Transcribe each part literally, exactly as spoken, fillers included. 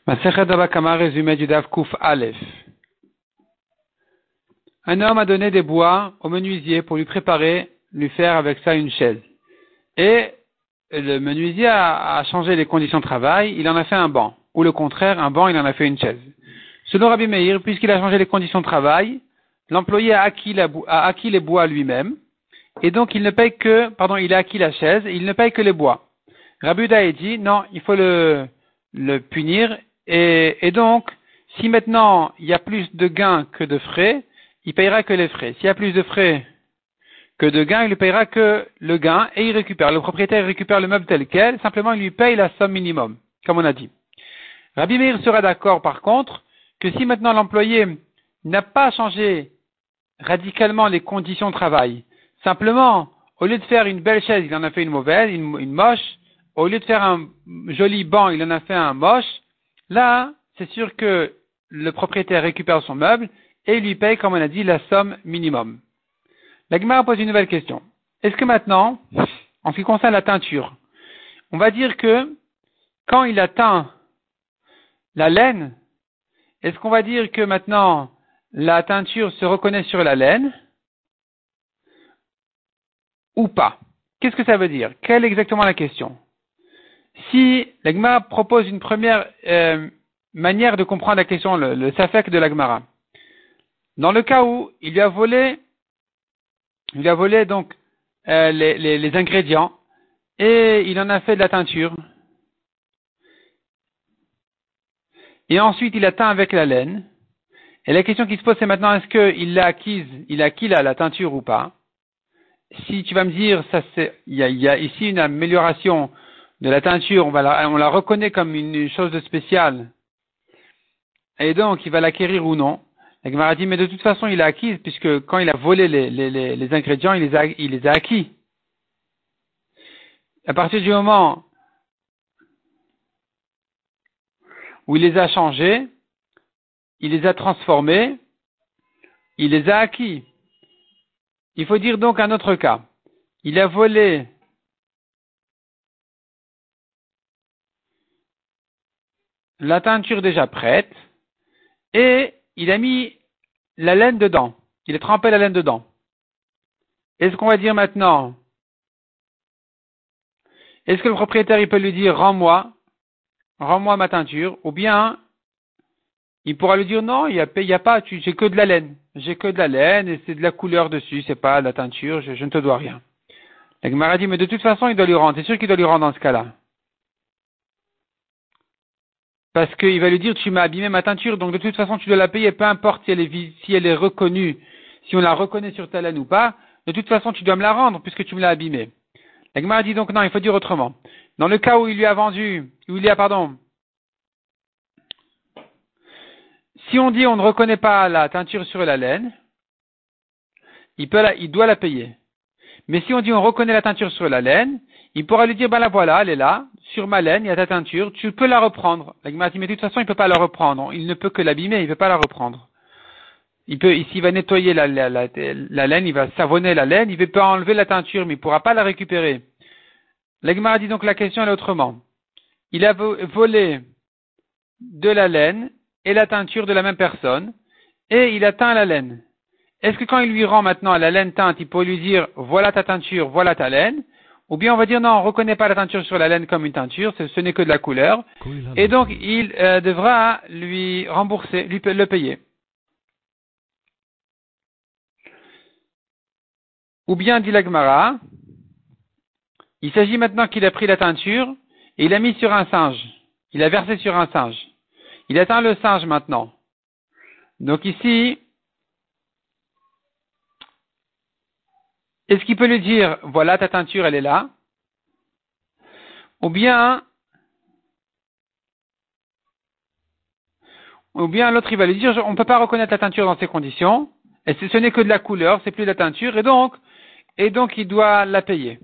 Masechet Baba Kama, résumé du Daf Kuf Aleph. Un homme a donné des bois au menuisier pour lui préparer, lui faire avec ça une chaise. Et le menuisier a, a changé les conditions de travail, il en a fait un banc. Ou le contraire, un banc, il en a fait une chaise. Selon Rabbi Meir, puisqu'il a changé les conditions de travail, l'employé a acquis, la, a acquis les bois lui-même, et donc il ne paye que, pardon, il a acquis la chaise, et il ne paye que les bois. Rabbi Uda a dit, non, il faut le, le punir, et, et donc, si maintenant il y a plus de gains que de frais, il payera que les frais. S'il y a plus de frais que de gains, il ne payera que le gain, et il récupère. Le propriétaire récupère le meuble tel quel, simplement il lui paye la somme minimum, comme on a dit. Rabbi Meir sera d'accord, par contre, que si maintenant l'employé n'a pas changé radicalement les conditions de travail, simplement, au lieu de faire une belle chaise, il en a fait une mauvaise, une, une moche, au lieu de faire un joli banc, il en a fait un moche, là, c'est sûr que le propriétaire récupère son meuble et il lui paye, comme on a dit, la somme minimum. La Gemara pose une nouvelle question. Est-ce que maintenant, en ce qui concerne la teinture, on va dire que quand il a teint la laine, est-ce qu'on va dire que maintenant la teinture se reconnaît sur la laine ou pas? Qu'est-ce que ça veut dire? Quelle est exactement la question? Si la Gemara propose une première euh, manière de comprendre la question, le, le safek de la Gemara, dans le cas où il lui a volé, il lui a volé donc euh, les, les, les ingrédients et il en a fait de la teinture, et ensuite il a teint avec la laine, et la question qui se pose c'est maintenant, est-ce qu'il l'a acquise, il a acquis la, la teinture ou pas? Si tu vas me dire, ça c'est, il y a, il y a ici une amélioration de la teinture, on va la, on la reconnaît comme une chose de spéciale, et donc il va l'acquérir ou non. La Gemara dit, mais de toute façon il l'a acquise, puisque quand il a volé les, les, les, les ingrédients, il les a, il les a acquis. À partir du moment où il les a changés, il les a transformés, il les a acquis. Il faut dire donc un autre cas. Il a volé la teinture déjà prête et il a mis la laine dedans. Il a trempé la laine dedans. Est-ce qu'on va dire maintenant, est-ce que le propriétaire il peut lui dire rends-moi, rends-moi ma teinture, ou bien il pourra lui dire non, il y a, il y a pas, tu, j'ai que de la laine, j'ai que de la laine et c'est de la couleur dessus, c'est pas de la teinture, je, je ne te dois rien. La Gemara dit mais de toute façon il doit lui rendre, c'est sûr qu'il doit lui rendre dans ce cas-là. Parce qu'il va lui dire, tu m'as abîmé ma teinture, donc de toute façon tu dois la payer, peu importe si elle est, si elle est reconnue, si on la reconnaît sur ta laine ou pas, de toute façon tu dois me la rendre puisque tu me l'as abîmée. La Gemara dit donc non, il faut dire autrement. Dans le cas où il lui a vendu, où il y a, pardon, si on dit on ne reconnaît pas la teinture sur la laine, il peut la, il doit la payer. Mais si on dit on reconnaît la teinture sur la laine, il pourra lui dire, ben la voilà, elle est là, sur ma laine, il y a ta teinture, tu peux la reprendre. La Gemara dit, mais de toute façon, il ne peut pas la reprendre. Il ne peut que l'abîmer, il ne peut pas la reprendre. Il peut, ici, il va nettoyer la, la, la, la laine, il va savonner la laine, il ne peut pas enlever la teinture, mais il ne pourra pas la récupérer. La Gemara dit donc la question est autrement. Il a volé de la laine et la teinture de la même personne, et il a teint la laine. Est-ce que quand il lui rend maintenant la laine teinte, il peut lui dire, voilà ta teinture, voilà ta laine? Ou bien on va dire non, on ne reconnaît pas la teinture sur la laine comme une teinture, ce, ce n'est que de la couleur, et donc il euh, devra lui rembourser, lui le payer. Ou bien dit la Gemara, il s'agit maintenant qu'il a pris la teinture et il l'a mis sur un singe, il a versé sur un singe, il a teint le singe maintenant. Donc ici, est-ce qu'il peut lui dire, voilà ta teinture, elle est là? Ou bien, ou bien l'autre il va lui dire, on ne peut pas reconnaître la teinture dans ces conditions, et ce n'est que de la couleur, c'est plus de la teinture, et donc, et donc il doit la payer.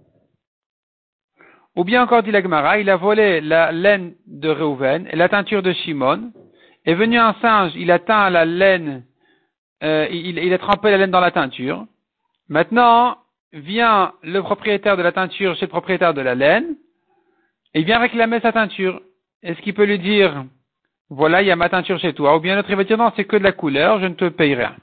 Ou bien encore dit la Gemara, il a volé la laine de Réhouven et la teinture de Shimon, est venu un singe, il a teint la laine, euh, il, il a trempé la laine dans la teinture. Maintenant, vient le propriétaire de la teinture chez le propriétaire de la laine, et il vient réclamer sa teinture. Est-ce qu'il peut lui dire, voilà, il y a ma teinture chez toi. Ou bien l'autre, il va dire, non, c'est que de la couleur, je ne te paye rien.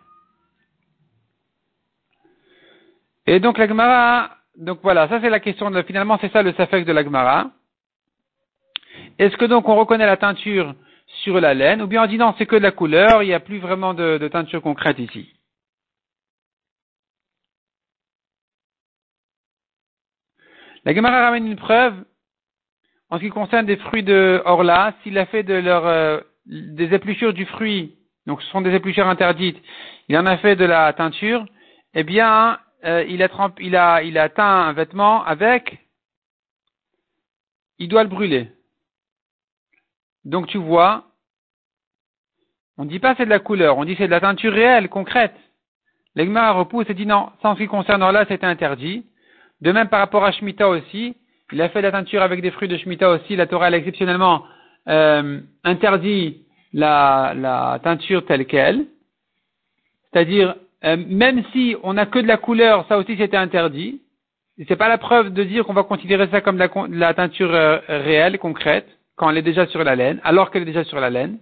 Et donc, la Gemara, donc voilà, ça c'est la question, de, finalement, c'est ça le safek de la Gemara. Est-ce que donc on reconnaît la teinture sur la laine, ou bien on dit non, c'est que de la couleur, il n'y a plus vraiment de, de teinture concrète ici. La Gemara ramène une preuve en ce qui concerne des fruits de Orla, s'il a fait de leur, euh, des épluchures du fruit, donc ce sont des épluchures interdites, il en a fait de la teinture, eh bien, euh, il a trempe, il a, il a teint un vêtement avec, il doit le brûler. Donc tu vois, on ne dit pas c'est de la couleur, on dit c'est de la teinture réelle, concrète. L'Egmara repousse et dit non, ça en ce qui concerne Orla, c'était interdit. De même par rapport à Shemitah aussi, il a fait de la teinture avec des fruits de Shemitah aussi, la Torah a exceptionnellement euh, interdit la, la teinture telle qu'elle. C'est-à-dire, euh, même si on n'a que de la couleur, ça aussi c'était interdit. Et c'est pas la preuve de dire qu'on va considérer ça comme de la, de la teinture euh, réelle, concrète, quand elle est déjà sur la laine, alors qu'elle est déjà sur la laine.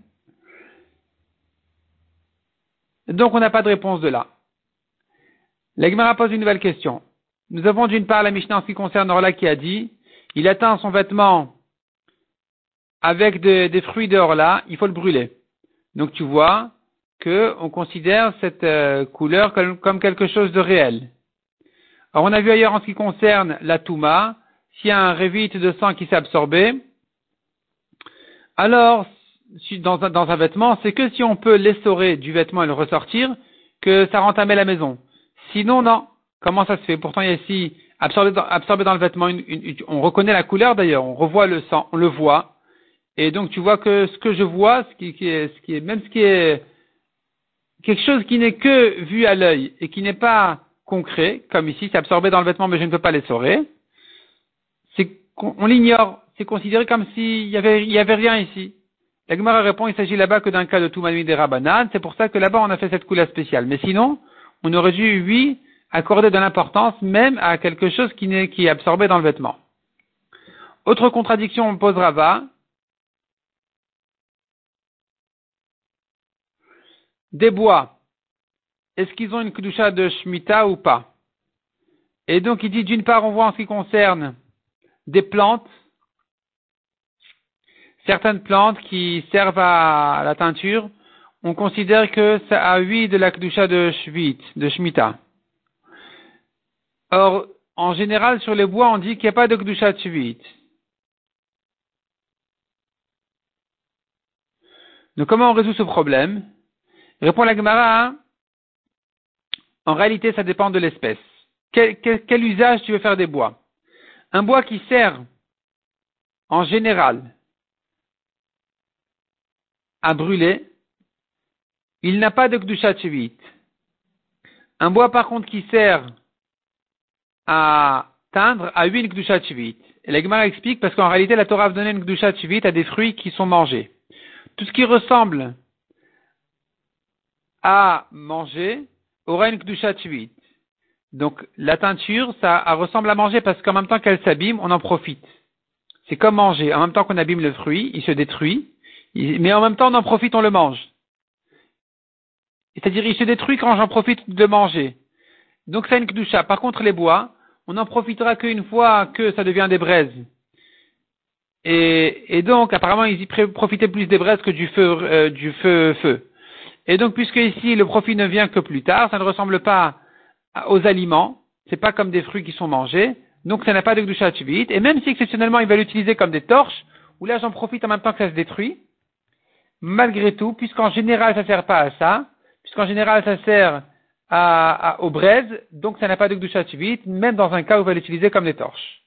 Donc on n'a pas de réponse de là. La Gemara pose une nouvelle question. Nous avons d'une part la Mishnah en ce qui concerne Orla qui a dit, il a teint son vêtement avec de, des fruits de Orla, il faut le brûler. Donc tu vois que on considère cette euh, couleur comme, comme quelque chose de réel. Alors on a vu ailleurs en ce qui concerne la Touma, s'il y a un révite de sang qui s'est absorbé, alors dans un, dans un vêtement, c'est que si on peut l'essorer du vêtement et le ressortir, que ça rentamer la maison. Sinon, non. Comment ça se fait? Pourtant, il y a ici, absorbé dans, absorbé dans le vêtement, une, une, une, on reconnaît la couleur d'ailleurs, on revoit le sang, on le voit. Et donc, tu vois que ce que je vois, ce qui, qui est, ce qui est, même ce qui est quelque chose qui n'est que vu à l'œil et qui n'est pas concret, comme ici, c'est absorbé dans le vêtement, mais je ne peux pas l'essorer, c'est qu'on on l'ignore. C'est considéré comme s'il y avait, il y avait rien ici. La Gemara répond, il s'agit là-bas que d'un cas de Toumanui des Rabbanan, c'est pour ça que là-bas on a fait cette couleur spéciale. Mais sinon, on aurait dû, oui, accorder de l'importance même à quelque chose qui, n'est, qui est absorbé dans le vêtement. Autre contradiction, on pose Rava. Des bois, est-ce qu'ils ont une kedusha de Shemitah ou pas? Et donc il dit, d'une part, on voit en ce qui concerne des plantes, certaines plantes qui servent à la teinture, on considère que ça a oui de la kedusha de Shvit, de Shemitah. Or, en général, sur les bois, on dit qu'il n'y a pas de kedusha de Shvit. Donc, comment on résout ce problème? Répond la Gemara, en réalité, ça dépend de l'espèce. Quel, quel, quel usage tu veux faire des bois? Un bois qui sert, en général, à brûler, il n'a pas de kedusha de Shvit. Un bois, par contre, qui sert à teindre, a eu une kedusha de Shvit. Et la Gemara explique parce qu'en réalité, la Torah a donné une kedusha de Shvit à des fruits qui sont mangés. Tout ce qui ressemble à manger aura une kedusha de Shvit. Donc, la teinture, ça ressemble à manger parce qu'en même temps qu'elle s'abîme, on en profite. C'est comme manger. En même temps qu'on abîme le fruit, il se détruit, mais en même temps on en profite, on le mange. C'est-à-dire, il se détruit quand j'en profite de manger. Donc, c'est une kedusha. Par contre, les bois, on n'en profitera qu'une fois que ça devient des braises. Et, et donc, apparemment, ils y profitaient plus des braises que du feu, euh, du feu, feu. Et donc, puisque ici, le profit ne vient que plus tard, ça ne ressemble pas aux aliments, c'est pas comme des fruits qui sont mangés, donc ça n'a pas de kedusha de Shvit. Et même si exceptionnellement, il va l'utiliser comme des torches, où là, j'en profite en même temps que ça se détruit, malgré tout, puisqu'en général, ça sert pas à ça, puisqu'en général, ça sert à, à, aux braises, donc ça n'a pas de kedusha de Shvit, même dans un cas où on va l'utiliser comme des torches.